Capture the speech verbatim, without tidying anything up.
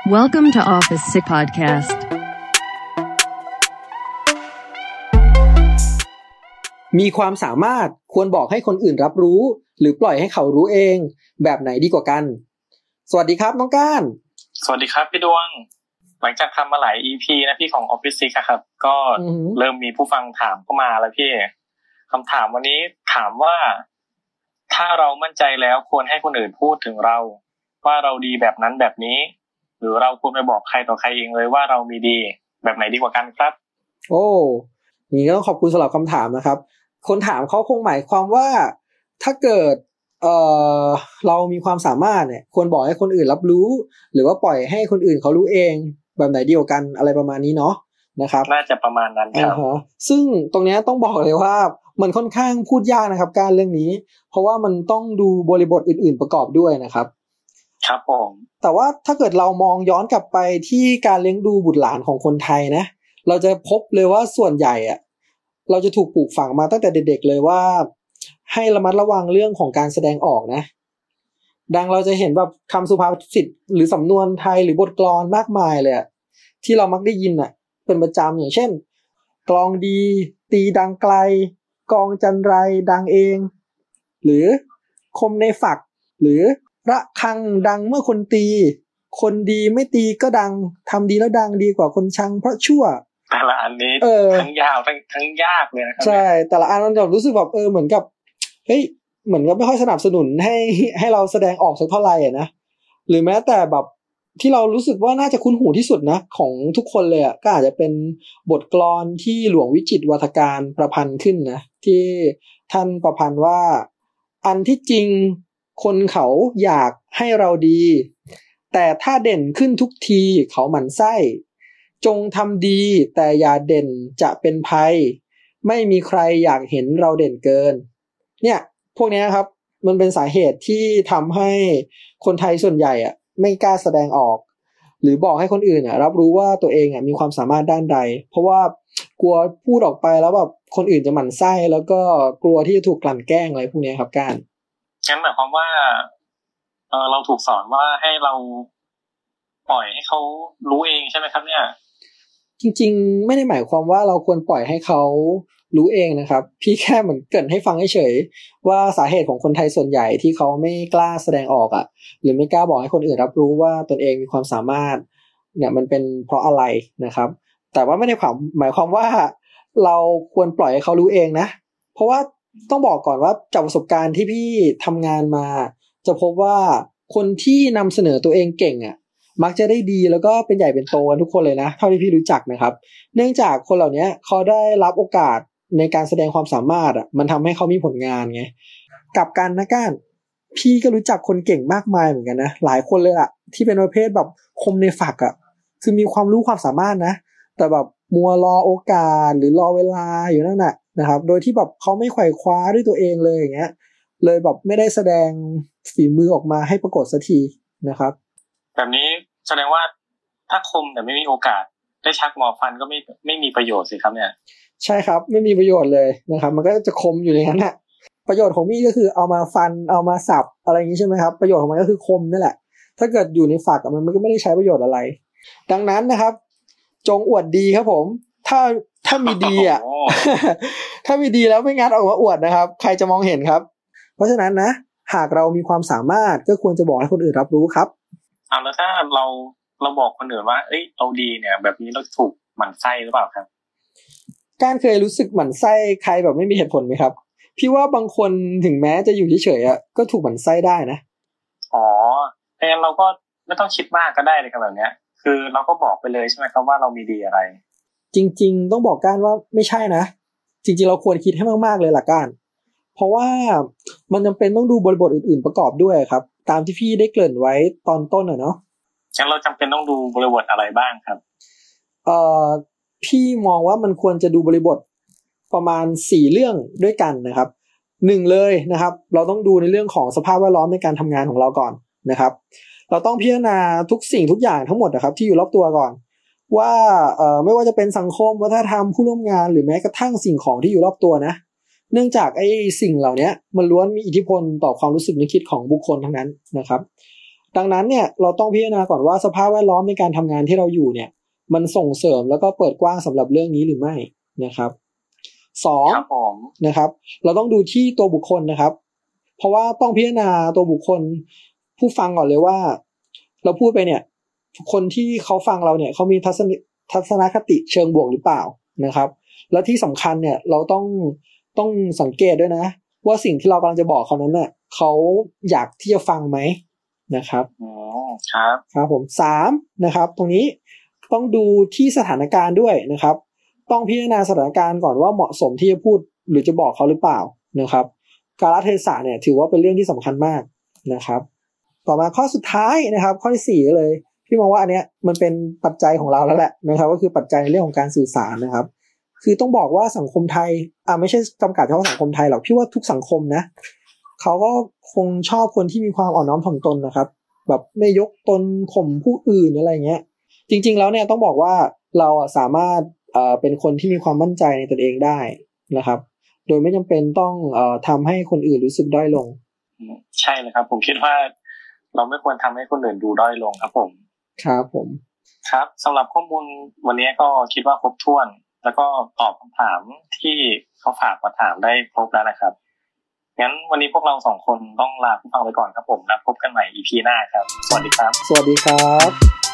Welcome to Office Sick Podcast มีความสามารถควรบอกให้คนอื่นรับรู้หรือปล่อยให้เขารู้เองแบบไหนดีกว่ากันสวัสดีครับน้องก้านสวัสดีครับพี่ดวงหลังจากทำมาหลาย อี พี นะพี่ของ Office Sick ครับก็เริ่มมีผู้ฟังถามเข้ามาแล้วพี่คำถามวันนี้ถามว่าถ้าเรามั่นใจแล้วควรให้คนอื่นพูดถึงเราว่าเราดีแบบนั้นแบบนี้หรือเราควรไปบอกใครต่อใครเองเลยว่าเรามีดีแบบไหนดีกว่ากันครับโอ้นี่ก็ต้องขอบคุณสำหรับคำถามนะครับคนถามเขาคงหมายความว่าถ้าเกิดเอ่อเรามีความสามารถเนี่ยควรบอกให้คนอื่นรับรู้หรือว่าปล่อยให้คนอื่นเขารู้เองแบบไหนดีกว่ากันอะไรประมาณนี้เนาะนะครับน่าจะประมาณนั้นครับอ่าฮะซึ่งตรงนี้ต้องบอกเลยว่ามันค่อนข้างพูดยากนะครับการเรื่องนี้เพราะว่ามันต้องดูบริบทอื่นๆประกอบด้วยนะครับครับผมแต่ว่าถ้าเกิดเรามองย้อนกลับไปที่การเลี้ยงดูบุตรหลานของคนไทยนะเราจะพบเลยว่าส่วนใหญ่อะเราจะถูกปลูกฝังมาตั้งแต่เด็กๆเลยว่าให้ระมัดระวังเรื่องของการแสดงออกนะดังเราจะเห็นแบบคำสุภาษิตหรือสำนวนไทยหรือบทกลอนมากมายเลยอะที่เรามักได้ยินอะเป็นประจำอย่างเช่นกลองดีตีดังไกลกองจันไรดังเองหรือคมในฝักหรือระฆังดังเมื่อคนตีคนดีไม่ตีก็ดังทำดีแล้วดังดีกว่าคนชังเพราะชั่วแต่ละอันนี้ทั้งยาวทั้งทั้งยากเลยนะครับใช่แต่ละอันมันแบบรู้สึกแบบเออเหมือนกับเฮ้ยเหมือนกับไม่ค่อยสนับสนุนให้ให้เราแสดงออกสักเท่าไหร่อ่ะนะหรือแม้แต่แบบที่เรารู้สึกว่าน่าจะคุ้นหูที่สุดนะของทุกคนเลยอ่ะก็อาจจะเป็นบทกลอนที่หลวงวิจิตรวาทการประพันธ์ขึ้นนะที่ท่านประพันธ์ว่าอันที่จริงคนเขาอยากให้เราดีแต่ถ้าเด่นขึ้นทุกทีเขาหมั่นไส้จงทำดีแต่อย่าเด่นจะเป็นภัยไม่มีใครอยากเห็นเราเด่นเกินเนี่ยพวกนี้ครับมันเป็นสาเหตุที่ทำให้คนไทยส่วนใหญ่อ่ะไม่กล้าแสดงออกหรือบอกให้คนอื่นอ่ะรับรู้ว่าตัวเองอ่ะมีความสามารถด้านใดเพราะว่ากลัวพูดออกไปแล้วแบบคนอื่นจะหมั่นไส้แล้วก็กลัวที่จะถูกกลั่นแกล้งอะไรพวกนี้ครับการงั้นหมายความว่าเออเราถูกสอนว่าให้เราปล่อยให้เขารู้เองใช่ไหมครับเนี่ยจริงๆไม่ได้หมายความว่าเราควรปล่อยให้เขารู้เองนะครับพี่แค่เหมือนเกริ่นให้ฟังเฉยๆว่าสาเหตุของคนไทยส่วนใหญ่ที่เขาไม่กล้าแสดงออกอ่ะหรือไม่กล้าบอกให้คนอื่นรับรู้ว่าตนเองมีความสามารถเนี่ยมันเป็นเพราะอะไรนะครับแต่ว่าไม่ได้หมายความว่าเราควรปล่อยให้เขารู้เองนะเพราะว่าต้องบอกก่อนว่าจากประสบการณ์ที่พี่ทำงานมาจะพบว่าคนที่นำเสนอตัวเองเก่งอ่ะมักจะได้ดีแล้วก็เป็นใหญ่เป็นโตกันทุกคนเลยนะเท่าที่พี่รู้จักนะครับเนื่องจากคนเหล่านี้เขาได้รับโอกาสในการแสดงความสามารถอ่ะมันทำให้เขามีผลงานไงกลับกันนะก้านพี่ก็รู้จักคนเก่งมากมายเหมือนกันนะหลายคนเลยล่ะที่เป็นประเภทแบบคมในฝักอ่ะคือมีความรู้ความสามารถนะแต่แบบมัวรอโอกาสหรือรอเวลาอยู่นั่นแหละนะครับโดยที่แบบเขาไม่ไขว่คว้าด้วยตัวเองเลยอย่างเงี้ยเลยแบบไม่ได้แสดงฝีมือออกมาให้ปรากฏสักทีนะครับแบบนี้แสดงว่าถ้าคมแต่ไม่มีโอกาสได้ชักหมอฟันก็ไม่ไม่มีประโยชน์สิครับเนี่ยใช่ครับไม่มีประโยชน์เลยนะครับมันก็จะคมอยู่ในนั้นแหละประโยชน์ของมีดก็คือเอามาฟันเอามาสับอะไรอย่างนี้ใช่ไหมครับประโยชน์ของมันก็คือคมนั่นแหละถ้าเกิดอยู่ในฝักมันก็ไม่ได้ใช้ประโยชน์อะไรดังนั้นนะครับจงอวดดีครับผมถ้าถ้ามีดีอ่ะ ถ้ามีดีแล้วไม่งัดออกมาอวดนะครับใครจะมองเห็นครับเพราะฉะนั้นนะหากเรามีความสามารถก็ควรจะบอกให้คนอื่นรับรู้ครับเอาแล้วถ้าเราเราบอกคนอื่นว่าเอ้ยเราดีเนี่ยแบบนี้เราถูกหมั่นไส้หรือเปล่าครับการเคยรู้สึกหมั่นไส้ใครแบบไม่มีเหตุผลไหมครับพี่ว่าบางคนถึงแม้จะอยู่เฉยๆอ่ะก็ถูกหมั่นไส้ได้นะอ๋อเพราะงั้นเราก็ไม่ต้องคิดมากก็ได้เลยครับแบบเนี้ยคือเราก็บอกไปเลยใช่ไหมครับว่าเรามีดีอะไรจริงๆต้องบอกก้านว่าไม่ใช่นะจริงๆเราควรคิดให้มากๆเลยล่ะก้านเพราะว่ามันจำเป็นต้องดูบริบทอื่นๆประกอบด้วยครับตามที่พี่ได้เกริ่นไว้ตอนต้นอ่ะเนาะงั้นเราจำเป็นต้องดูบริบทอะไรบ้างครับเอ่อพี่มองว่ามันควรจะดูบริบทประมาณสี่เรื่องด้วยกันนะครับหนึ่งเลยนะครับเราต้องดูในเรื่องของสภาพแวดล้อมในการทำงานของเราก่อนนะครับเราต้องพิจารณาทุกสิ่งทุกอย่างทั้งหมดนะครับที่อยู่รอบตัวก่อนว่าเอ่อไม่ว่าจะเป็นสังคมวัฒนธรรมผู้ร่วมงานหรือแม้กระทั่งสิ่งของที่อยู่รอบตัวนะเนื่องจากไอ้สิ่งเหล่านี้มันล้วนมีอิทธิพลต่อความรู้สึกนึกคิดของบุคคลทั้งนั้นนะครับดังนั้นเนี่ยเราต้องพิจารณาก่อนว่าสภาพแวดล้อมในการทำงานที่เราอยู่เนี่ยมันส่งเสริมแล้วก็เปิดกว้างสำหรับเรื่องนี้หรือไม่นะครับสองนะครับเราต้องดูที่ตัวบุคคลนะครับเพราะว่าต้องพิจารณาตัวบุคคลผู้ฟังก่อนเลยว่าเราพูดไปเนี่ยคนที่เขาฟังเราเนี่ยเขามีทัศนทัศนคติเชิงบวกหรือเปล่านะครับแล้วที่สำคัญเนี่ยเราต้องต้องสังเกตด้วยนะว่าสิ่งที่เรากำลังจะบอกเขานั้นเนี่ยเขาอยากที่จะฟังไหมนะครับอ๋อครับครับผมสามนะครับตรงนี้ต้องดูที่สถานการณ์ด้วยนะครับต้องพิจารณาสถานการณ์ก่อนว่าเหมาะสมที่จะพูดหรือจะบอกเขาหรือเปล่านะครับกาลเทศะเนี่ยถือว่าเป็นเรื่องที่สำคัญมากนะครับต่อมาข้อสุดท้ายนะครับข้อที่สี่เลยพี่มองว่าอันเนี้ยมันเป็นปัจจัยของเราแล้วแหละนะครับก็คือปัจจัยในเรื่องของการสื่อสารนะครับคือต้องบอกว่าสังคมไทยอ่าไม่ใช่จำกัดเฉพาะสังคมไทยหรอกพี่ว่าทุกสังคมนะเขาก็คงชอบคนที่มีความอ่อนน้อมถ่อมตนนะครับแบบไม่ยกตนข่มผู้อื่นอะไรเงี้ยจริงๆแล้วเนี่ยต้องบอกว่าเราสามารถเอ่อเป็นคนที่มีความมั่นใจในตนเองได้นะครับโดยไม่จำเป็นต้องเอ่อทำให้คนอื่นรู้สึกด้อยลงใช่เลยครับผมคิดว่าเราไม่ควรทำให้คนอื่นดูด้อยลงครับผมครับผมครับสำหรับข้อมูลวันนี้ก็คิดว่าครบถ้วนแล้วก็ตอบคำถามที่เขาฝากมาถามได้ครบแล้วนะครับงั้นวันนี้พวกเราสองคนต้องลาผู้ฟังไปก่อนครับผมแล้วพบกันใหม่ อี พี หน้าครับสวัสดีครับสวัสดีครับ